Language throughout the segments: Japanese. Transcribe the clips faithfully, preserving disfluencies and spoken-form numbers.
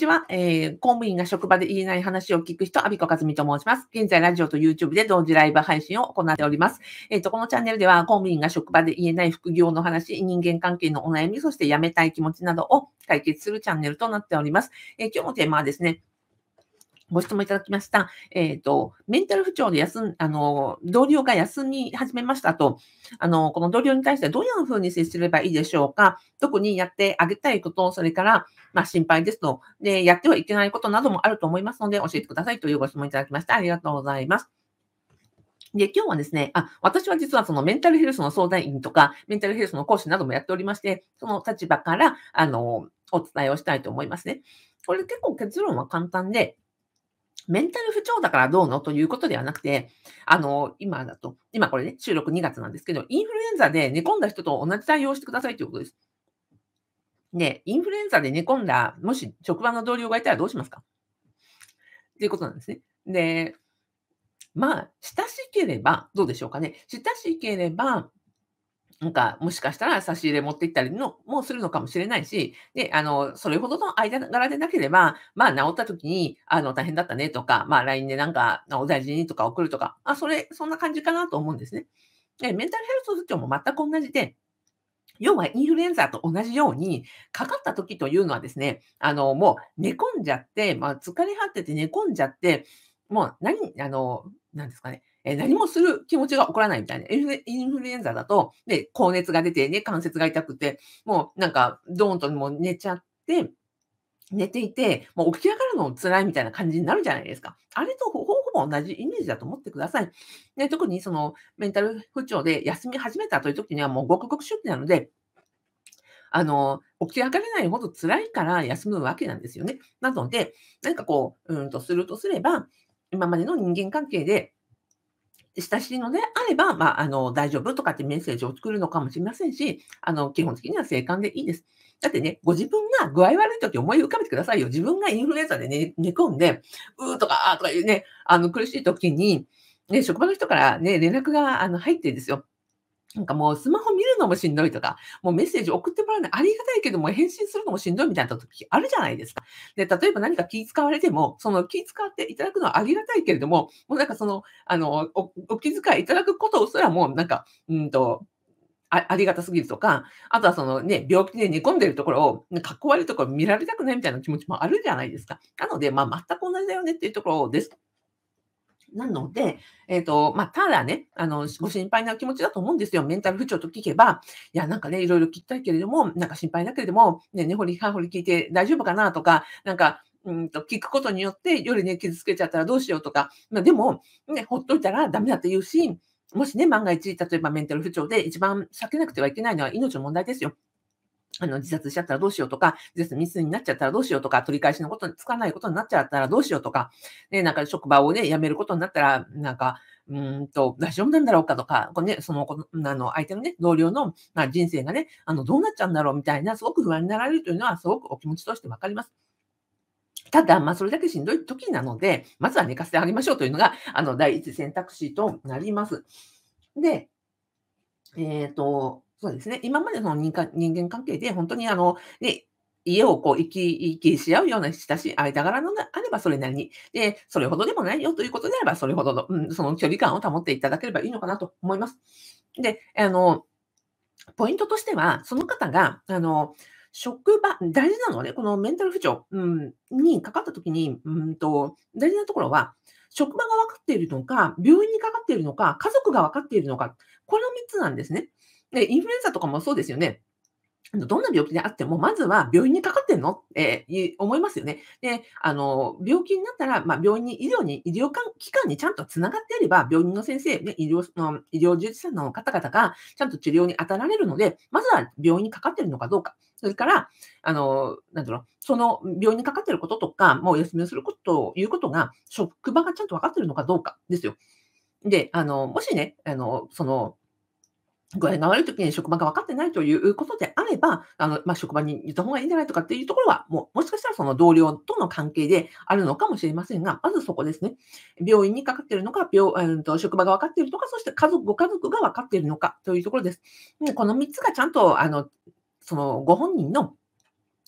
ちは。えー公務員が職場で言えない話を聞く人、阿ビ子和美と申します。現在、ラジオと YouTube で同時ライブ配信を行っております。えっ、と、このチャンネルでは、公務員が職場で言えない副業の話、人間関係のお悩み、そして辞めたい気持ちなどを解決するチャンネルとなっております。えー今日のテーマはですね、ご質問いただきました。えっ、と、メンタル不調で休ん、あの、同僚が休み始めましたと、あの、この同僚に対してどういうふうに接すればいいでしょうか。特にやってあげたいこと、それから、まあ、心配ですと、で、やってはいけないことなどもあると思いますので、教えてくださいというご質問いただきました。ありがとうございます。で、今日はですね、あ、私は実はそのメンタルヘルスの相談員とか、メンタルヘルスの講師などもやっておりまして、その立場から、あの、お伝えをしたいと思いますね。これ結構結論は簡単で、メンタル不調だからどうのということではなくて、あの、今だと、今これね、収録にがつなんですけど、インフルエンザで寝込んだ人と同じ対応をしてくださいということです。で、インフルエンザで寝込んだ、もし職場の同僚がいたらどうしますかっていうことなんですね。で、まあ、親しければ、どうでしょうかね。親しければ、なんか、もしかしたら差し入れ持って行ったりのもするのかもしれないし、で、あの、それほどの間柄でなければ、まあ、治った時に、あの、大変だったねとか、まあ、ライン でなんか、お大事にとか送るとか、あ、それ、そんな感じかなと思うんですね。で、メンタルヘルス不調も全く同じで、要はインフルエンザと同じように、かかった時というのはですね、あの、もう寝込んじゃって、まあ、疲れ果てて寝込んじゃって、もう何あの、なんですかね、え、何もする気持ちが起こらないみたいな。インフルインフルエンザだと、で、高熱が出てね、関節が痛くて、もうなんかドーンともう寝ちゃって、寝ていて、もう起き上がるのも辛いみたいな感じになるじゃないですか。あれとほほぼ同じイメージだと思ってください。で、特にそのメンタル不調で休み始めたという時にはもうごくごく出期なので、あの、起き上がれないほど辛いから休むわけなんですよね。なので、何かこう、うんとするとすれば、今までの人間関係で親しいのであれば、まあ、あの、大丈夫とかってメッセージを作るのかもしれませんし、あの、基本的には静観でいいです。だってね、ご自分が具合悪い時思い浮かべてくださいよ。自分がインフルエンザでね寝込んで、うーとかあーとかいうね、あの、苦しい時に、ね、職場の人からね、連絡があの入ってですよ。なんかもうスマホ見るのもしんどいとか、もうメッセージ送ってもらうのありがたいけども、返信するのもしんどいみたいな時あるじゃないですか。で、例えば何か気使われても、その気使っていただくのはありがたいけれども、もうなんかその、あの、おお気遣いいただくことすらもなんか、うんと、あありがたすぎるとか、あとはそのね、病気で寝込んでるところを、ね、かっこ悪いところ見られたくないみたいな気持ちもあるじゃないですか。なので、まあ、全く同じだよねっていうところです。なので、えっと、まあ、ただね、あの、ご心配な気持ちだと思うんですよ。メンタル不調と聞けば、いや、なんかね、いろいろ聞きたいけれども、なんか心配だけれども、ね、根掘り葉掘り聞いて大丈夫かなとか、なんか、うんと、聞くことによって夜ね、傷つけちゃったらどうしようとか、まあ、でも、ね、ほっといたらダメだって言うし、もしね、万が一、例えばメンタル不調で一番避けなくてはいけないのは命の問題ですよ。あの、自殺しちゃったらどうしようとか、自殺未遂になっちゃったらどうしようとか、取り返しのことにつかないことになっちゃったらどうしようとか、ね、なんか職場をね、辞めることになったら、なんか、うーんと、大丈夫なんだろうかとか、こうね、その、この、あの、相手のね、同僚の、まあ、人生がね、あの、どうなっちゃうんだろうみたいな、すごく不安になられるというのは、すごくお気持ちとしてわかります。ただ、まあ、それだけしんどい時なので、まずは寝かせてあげましょうというのが、あの、第一選択肢となります。で、えっと、そうですね。今までの人間人間関係で本当にあの、ね、家をこう生き生きし合うような親しい間柄のがあればそれなりに、で、それほどでもないよということであれば、それほどの、うん、その距離感を保っていただければいいのかなと思います。で、あの、ポイントとしては、その方が、あの、職場大事なのはね、このメンタル不調、うん、にかかった時に、うんと、大事なところは、職場が分かっているのか、病院にかかっているのか、家族が分かっているのか、このみっつなんですね。で、インフルエンザとかもそうですよね。あの、どんな病気であっても、まずは病院にかかってんのってい思いますよね。で、あの、病気になったら、まあ、病院に医療に医療かん機関にちゃんと繋がっていれば、病院の先生、ね、医療の医療従事者の方々がちゃんと治療に当たられるので、まずは病院にかかってるのかどうか。それから、あの、なんだろう、その病院にかかってることとか、まあ、お休みをすることということが、職場がちゃんと分かってるのかどうかですよ。で、あの、もしね、あの、その具合が悪い時に職場が分かってないということであれば、あの、まあ、職場に言った方がいいんじゃないとかっていうところは、もう、もしかしたらその同僚との関係であるのかもしれませんが、まずそこですね。病院にかかっているのか、病うんと職場が分かっているのか、そして家族ご家族が分かっているのかというところです。で、このみっつがちゃんと、あの、そのご本人の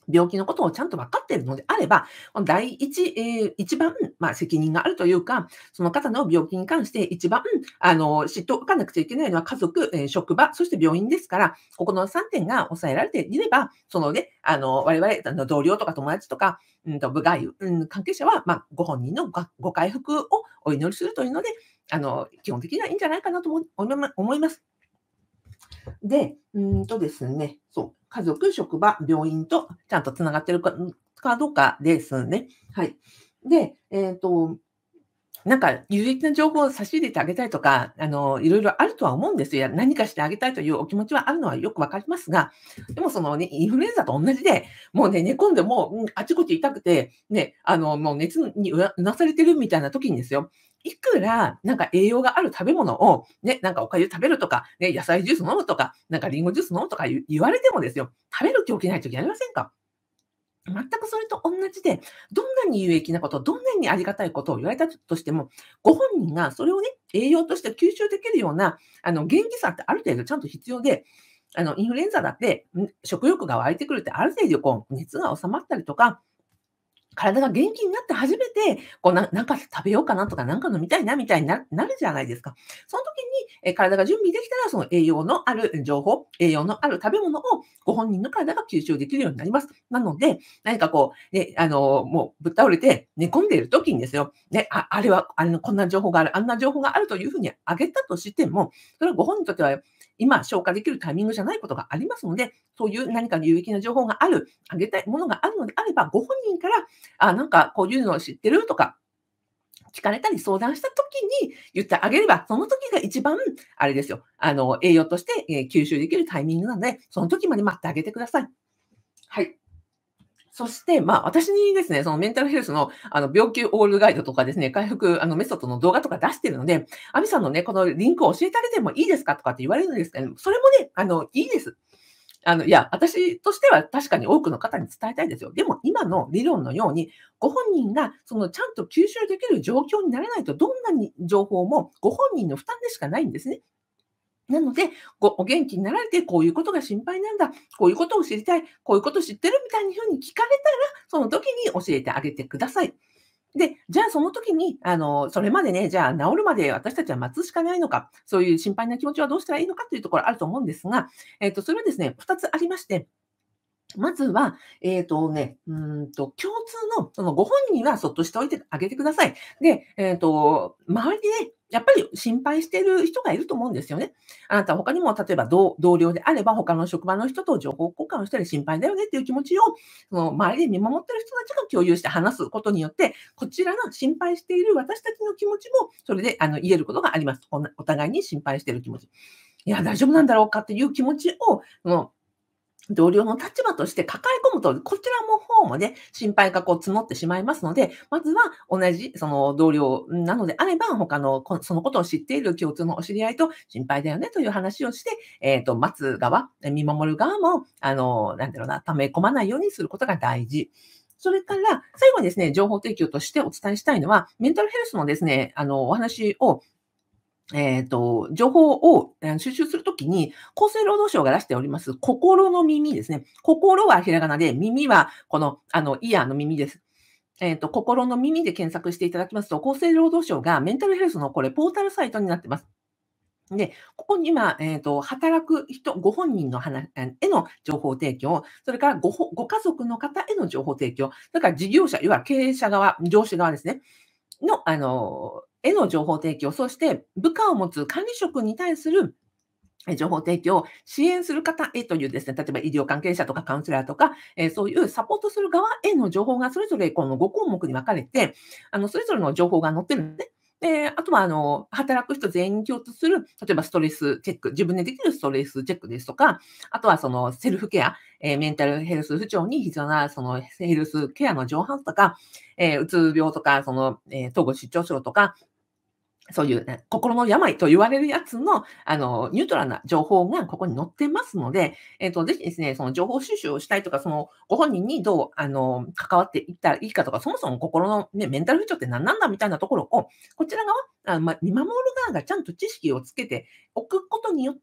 病気のことをちゃんと分かっているのであれば、この第一、えー一番、まあ、責任があるというか、その方の病気に関して一番、あの、知っておかなくちゃいけないのは家族、えー職場、そして病院ですから、ここのさんてんが抑えられていれば、そのね、あの、我々、あの、同僚とか友達とか、うんと、部外、うん、関係者は、まあ、ご本人のごご回復をお祈りするというので、あの、基本的にはいいんじゃないかなと思思いま思います。で、うーんとですね、そう、家族、職場、病院とちゃんとつながってるかんかどうかですね。はい。で、えっと、なんか有益な情報を差し入れてあげたいとか、あの、いろいろあるとは思うんですよ。や何かしてあげたいというお気持ちはあるのはよくわかりますが、でもそのね、インフルエンザと同じで、もうね、寝込んでもう、うん、あちこち痛くて、ね、あの、もう熱にうなうなされてるみたいな時にですよ、いくらなんか栄養がある食べ物を、ね、なんかお粥食べるとか、ね、野菜ジュース飲むとか、なんかリンゴジュース飲むとか言言われてもですよ、食べる気起きない時ありませんか？全くそれと同じで、どんなに有益なこと、どんなにありがたいことを言われたとしても、ご本人がそれをね、栄養として吸収できるような、あの、元気さってある程度ちゃんと必要で、あの、インフルエンザだって、ん、食欲が湧いてくるってある程度こう、熱が収まったりとか、体が元気になって初めて、こう、ななんか食べようかなとか、なんか飲みたいなみたいにななるじゃないですか。その時に、え、体が準備できたら、その栄養のある情報、栄養のある食べ物をご本人の体が吸収できるようになります。なので、何かこう、ね、あの、もうぶっ倒れて寝込んでいる時にですよ、ね、ああれは、あの、こんな情報がある、あんな情報があるというふうにあげたとしても、それはご本人にとっては、今消化できるタイミングじゃないことがありますので、そういう何か有益な情報がある、あげたいものがあるのであれば、ご本人からあ、なんかこういうのを知ってるとか、聞かれたり相談した時に言ってあげれば、その時が一番あれですよ、あの、栄養として、え、吸収できるタイミングなので、その時まで待ってあげてください。はい。そして、まあ、私にですね、そのメンタルヘルスの、あの、病気オールガイドとかですね、回復、あの、メソッドの動画とか出してるので、「アミさんのね、このリンクを教えてあげてもいいですか？」とかって言われるんですけど、それもね、あの、いいです。あの、いや、私としては確かに多くの方に伝えたいですよ。でも今の理論のように、ご本人がそのちゃんと吸収できる状況にならないと、どんなに情報もご本人の負担でしかないんですね。なので、ごお元気になられて、こういうことが心配なんだ、こういうことを知りたい、こういうこと知ってるみたいに風に聞かれたら、その時に教えてあげてください。で、じゃあその時に、あの、それまでね、じゃあ治るまで私たちは待つしかないのか、そういう心配な気持ちはどうしたらいいのかというところあると思うんですが、えっと、それはですね、ふたつありまして、まずは、えっとね、うーんと、共通の、そのご本人はそっとしておいてあげてください。で、えっと、周りでね、やっぱり心配している人がいると思うんですよね。あなた他にも例えば同同僚であれば、他の職場の人と情報交換をしたり心配だよねっていう気持ちを、その周りで見守っている人たちが共有して話すことによって、こちらが心配している私たちの気持ちも、それであの言えることがあります。おなお互いに心配している気持ち。いや、大丈夫なんだろうかっていう気持ちを、その同僚の立場として抱え込むと、こちらも方もね、心配がこう募ってしまいますので、まずは同じその同僚なのであれば、他のこそのことを知っている共通のお知り合いと心配だよねという話をして、えっと、待つ側、え見守る側も、あの、なんだろうな、溜め込まないようにすることが大事。それから、最後にですね、情報提供としてお伝えしたいのは、メンタルヘルスのですね、あの、お話をえっと、情報を、え、収集するときに、厚生労働省が出しております、心の耳ですね。心はひらがなで、耳はこの、あの、イヤーの耳です。えっと、心の耳で検索していただきますと、厚生労働省がメンタルヘルスのこれポータルサイトになってます。で、ここには、えっと、働く人ご本人のはなへの情報提供、それからごほご家族の方への情報提供、それから事業者、いわゆる経営者側、上司側ですね。の、あの、への情報提供、そして部下を持つ管理職に対するえ情報提供、支援する方へというですね、例えば医療関係者とかカウンセラーとか、えーそういうサポートする側への情報がそれぞれこのご項目に分かれて、あの、それぞれの情報が載ってるんですね。で、あとはあの、働く人全員に共通する、例えばストレスチェック、自分でできるストレスチェックですとか、あとはそのセルフケア、えーメンタルヘルス不調に必要なそのヘルスケアの情報とか、えーうつ病とか、その、えー統合失調症とか、そういうね、心の病と言われるやつの、あの、ニュートラルな情報がここに載ってますので、えっと、ぜひですね、その情報収集をしたいとか、そのご本人にどう、あの、関わっていったらいいかとか、そもそも心のね、メンタル不調って何なんだみたいなところを、こちら側、あ、ま、見守る側がちゃんと知識をつけておくことによって、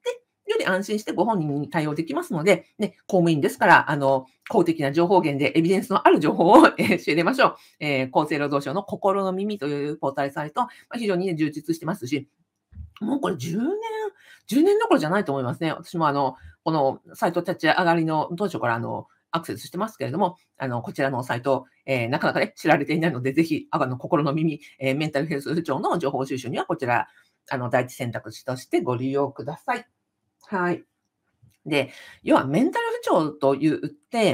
より安心してご本人に対応できますので、ね、公務員ですから、あの、公的な情報源でエビデンスのある情報を、えー、仕入れましょう。えー厚生労働省の心の耳というポータルサイト、まあ、非常にね、充実してますし、もうこれじゅうねん、じゅうねんどころじゃないと思いますね。私もあの、このサイト立ち上がりの当初からあの、アクセスしてますけれども、あの、こちらのサイト、えーなかなかね、知られていないので、ぜひ、あの、心の耳、えーメンタルヘルス不調の情報収集には、こちら、あの、第一選択肢としてご利用ください。はい。で、要はメンタル不調と言って、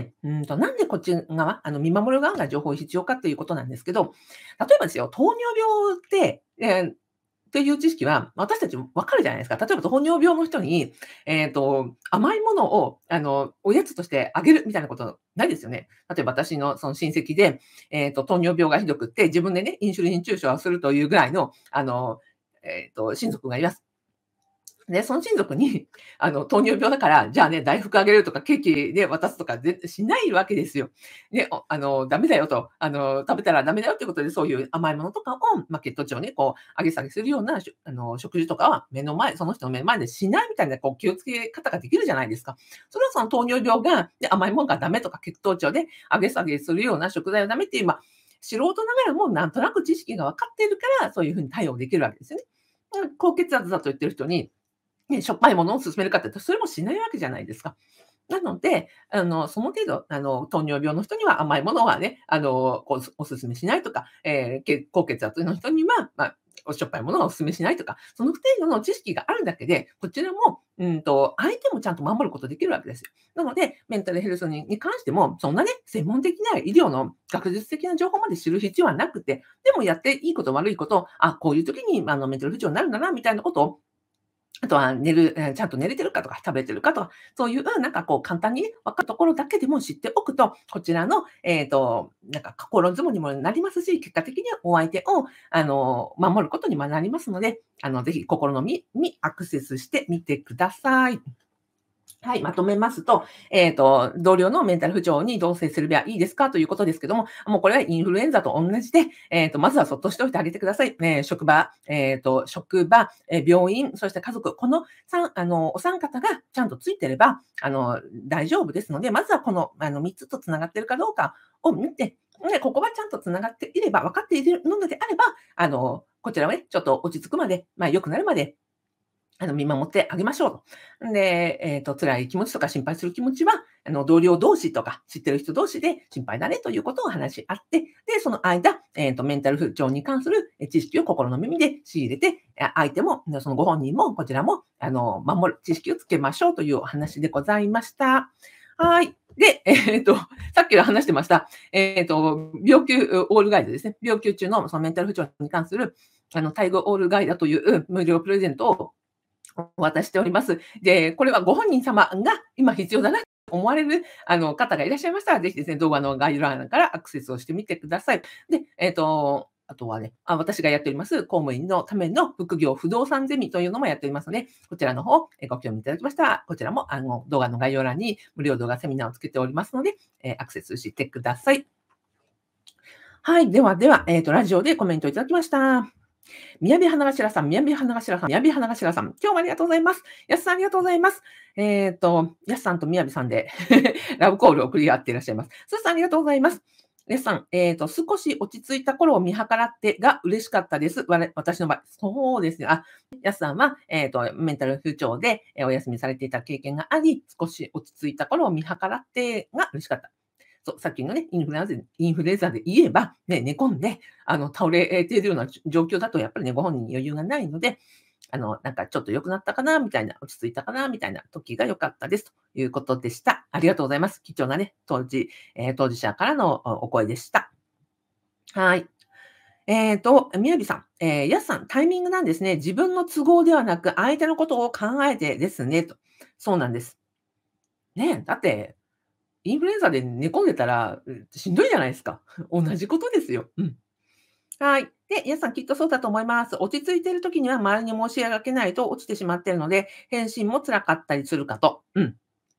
うんと、なんでこっち側、あの、見守る側が情報必要かということなんですけど、例えばですよ、糖尿病って、えーっていう知識は、私たち分かるじゃないですか。例えば糖尿病の人に、えっと、甘いものを、あの、おやつとしてあげるみたいなことないですよね。例えば私のその親戚で、えっと、糖尿病がひどくって、自分でね、インシュリン注射をするというぐらいの、あの、えっと、親族がいます。で、その親族に、あの、糖尿病だから、じゃあね、大福あげるとか、ケーキで渡すとか、ぜしないわけですよ。で、おあの、ダメだよと、あの、食べたらダメだよっていうことで、そういう甘いものとかを、まあ、血糖値をね、こう、上げ下げするような、しゅあの、食事とかは目の前その人の目の前でしないみたいな、こう、気をつけ方ができるじゃないですか。それはその糖尿病が、で、甘いものがダメとか、血糖値をね、上げ下げするような食材はダメっていう、まあ、素人ながらもなんとなく知識が分かっているから、そういうふうに対応できるわけですよね。うん、高血圧だと言ってる人にね、しょっぱいものを勧めるかっていうと、それもしないわけじゃないですか。なので、あの、その程度、あの、糖尿病の人には甘いものはね、あの、こう、お勧めしないとか、えーけ高血圧の人には、まあ、おしょっぱいものはお勧めしないとか、その程度の知識があるだけで、こちらも、うんと、相手もちゃんと守ることできるわけですよ。なので、メンタルヘルスにに関しても、そんなね、専門的な医療の学術的な情報まで知る必要はなくて、でもやっていいこと悪いこと、あ、こういう時に、あの、メンタル不調になるんだなみたいなことをあとは寝る、え、ちゃんと寝れてるかとか、食べてるかとか、そういう、なんかこう簡単にね、分かるところだけでも知っておくと、こちらの、えっと、なんか心積もりにもなりますし、結果的にはお相手を、あの、守ることにもなりますので、あの、ぜひ心のみにアクセスしてみてください。はい、まとめますと、えっと、同僚のメンタル不調にどう接すればいいですかということですけども、もうこれはインフルエンザと同じで、えっと、まずはそっとしておいてあげてください。えー職場、えっと、職場、えー病院、そして家族、このさんあの、お三方がちゃんとついてれば、あの、大丈夫ですので、まずはこの、あの、みっつと繋がっているかどうかを見て、で、ここがちゃんと繋がっていれば、分かっているのであれば、あの、こちらはね、ちょっと落ち着くまで、まあ、良くなるまであの、見守ってあげましょうと。で、えっと、辛い気持ちとか心配する気持ちは、あの、同僚同士とか知ってる人同士で心配だねということを話し合って、で、その間、えっと、メンタル不調に関するえ知識を心の耳で仕入れて、あ相手も、そのご本人もこちらも、あの、守る知識をつけましょうというお話でございました。はい。で、えっと、さっき話してました、えっと、病気オールガイドですね。病気中のそのメンタル不調に関する、あの、タイオールガイドという無料プレゼントをお渡ししております。で、これはご本人様が今必要だなと思われるあの方がいらっしゃいましたら、ぜひですね、動画の概要欄からアクセスをしてみてください。で、えっと、あとはね、あ私がやっております公務員のための副業不動産ゼミというのもやっておりますので、こちらの方、えご興味いただきましたら、こちらもあの動画の概要欄に無料動画セミナーをつけておりますので、えアクセスしてください。はい、ではでは、えっと、ラジオでコメントいただきました。みやび花頭さん、みやび花頭さん、みやび花頭さん、今日もありがとうございます。やすさんありがとうございます。えっと、やすさんとみやびさんでラブコールを送り合っていらっしゃいます。すずさんありがとうございます。やすさん、えっと、少し落ち着いた頃を見計らってが嬉しかったです。われ私の場合、そうですね。あ、やすさんは、えっと、メンタル不調で、えお休みされていた経験があり、少し落ち着いた頃を見計らってが嬉しかった。そう、さっきのね、インフルエンザでインフルエンザで言えば、ね、寝込んで、あの、倒れているような状況だと、やっぱりね、ご本人に余裕がないので、あの、なんかちょっと良くなったかなみたいな、落ち着いたかなみたいな時が良かったですということでした。ありがとうございます。貴重なね、当時、えー当事者からのおお声でした。はい。えっと、みやびさん、えーやすさん、タイミングなんですね。自分の都合ではなく、相手のことを考えてですね、と。そうなんです。ね、だってインフルエンザで寝込んでたら、うしんどいじゃないですか。同じことですよ。うん。はい。で、皆さんきっとそうだと思います。落ち着いている時には周りに申し上げないと落ちてしまっているので、返信も辛かったりするかと。うん。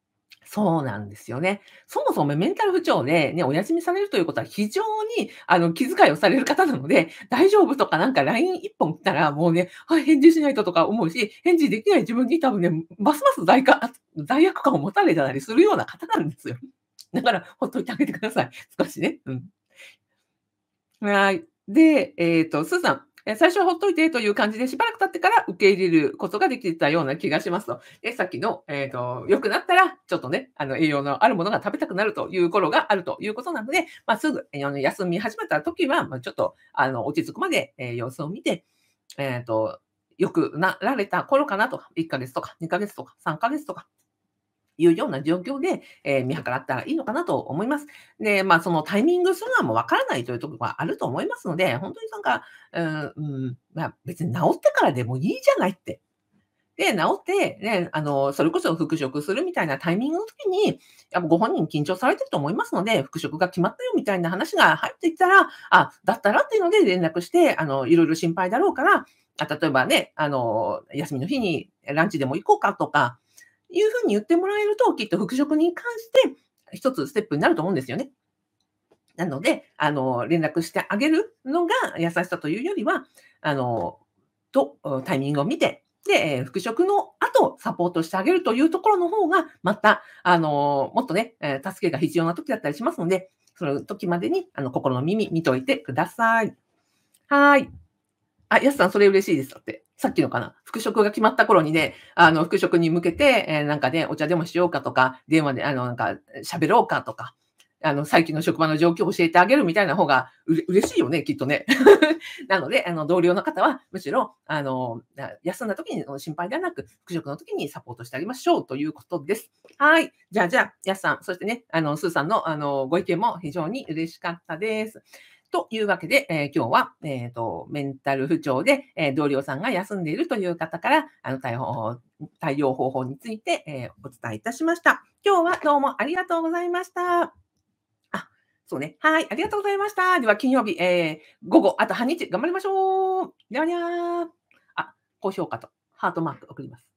そうなんですよね。そもそもメンタル不調でね、お休みされるということは非常にあの気遣いをされる方なので、大丈夫とかなんか ライン 一本来たらもうね、あ、返事しないととか思うし、返事できない自分に多分ね、ますます罪か罪悪感を持たれたりするような方なんですよ。だからほっといてあげてください。少しね。うん。はい。で、えっと、スーさん、え、最初はほっといてという感じで、しばらく経ってから受け入れることができたような気がしますと。で、さっきの、えっと、良くなったら、ちょっとね、あの、栄養のあるものが食べたくなるという頃があるということなので、まあ、すぐ、あの、休み始めた時は、まあ、ちょっと、あの、落ち着くまで、え、様子を見て、えっと、良くなられた頃かなとか、いっかげつとかにかげつとかさんかげつとかいうような状況で、えー見計らったらいいのかなと思います。で、まあ、そのタイミングするのはもうわからないというところがあると思いますので、本当になんか、うん、うん、まあ、別に治ってからでもいいじゃないって。で、治って、ね、あの、それこそ復職するみたいなタイミングの時に、やっぱご本人緊張されてると思いますので、復職が決まったよみたいな話が入ってきたら、あ、だったらっていうので連絡して、あの、いろいろ心配だろうから、あ、例えばね、あの、休みの日にランチでも行こうかとか、いう風に言ってもらえると、きっと復職に関して一つステップになると思うんですよね。なので、あの、連絡してあげるのが優しさというよりは、あの、と、タイミングを見て、で、え、復職の後、サポートしてあげるというところの方が、また、あの、もっとね、え、助けが必要な時だったりしますので、その時までに、あの、心の耳見といてください。はい。あ、やすさんそれ嬉しいですだって。さっきのかな、復職が決まった頃にね、あの、復職に向けて、え、なんかね、お茶でもしようかとか、電話であの、なんか喋ろうかとか、あの、最近の職場の状況を教えてあげるみたいな方が、うれ嬉しいよね、きっとね。なので、あの、同僚の方は、むしろ、あの、な休んだ時に心配ではなく、復職の時にサポートしてあげましょうということです。はい。じゃあじゃあ、やすさん、そしてね、あの、スーさんの、あの、ご意見も非常に嬉しかったです。というわけで、えー今日は、えっと、メンタル不調で、えー同僚さんが休んでいるという方から、あの、対応法対応方法について、えーお伝えいたしました。今日はどうもありがとうございました。あ、そうね。はい、ありがとうございました。では金曜日、えー午後、あと半日頑張りましょう。ではでは。あ、高評価とハートマーク送ります。